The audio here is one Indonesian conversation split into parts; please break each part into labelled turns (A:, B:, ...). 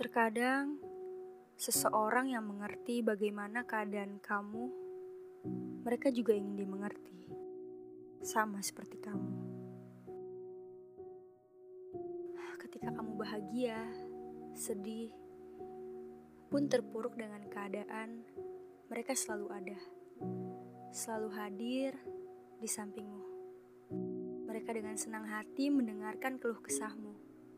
A: Terkadang, seseorang yang mengerti bagaimana keadaan kamu, mereka juga ingin dimengerti, sama seperti kamu. Ketika kamu bahagia, sedih, pun terpuruk dengan keadaan, mereka selalu ada, selalu hadir di sampingmu. Mereka dengan senang hati mendengarkan keluh kesahmu.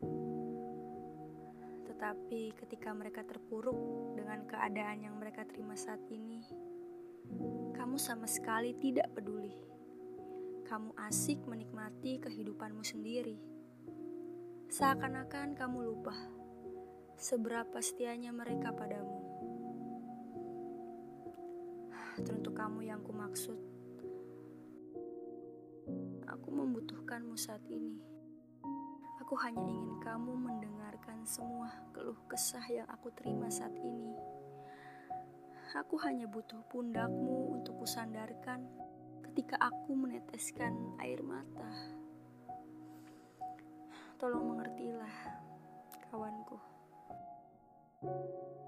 A: Tetapi ketika mereka terpuruk dengan keadaan yang mereka terima saat ini, kamu sama sekali tidak peduli. Kamu asik menikmati kehidupanmu sendiri. Seakan-akan kamu lupa seberapa setianya mereka padamu. Teruntuk kamu yang kumaksud, aku membutuhkanmu saat ini. Aku hanya ingin kamu mendengarkan semua keluh kesah yang aku terima saat ini. Aku hanya butuh pundakmu untuk kusandarkan ketika aku meneteskan air mata. Tolong mengertilah, kawanku.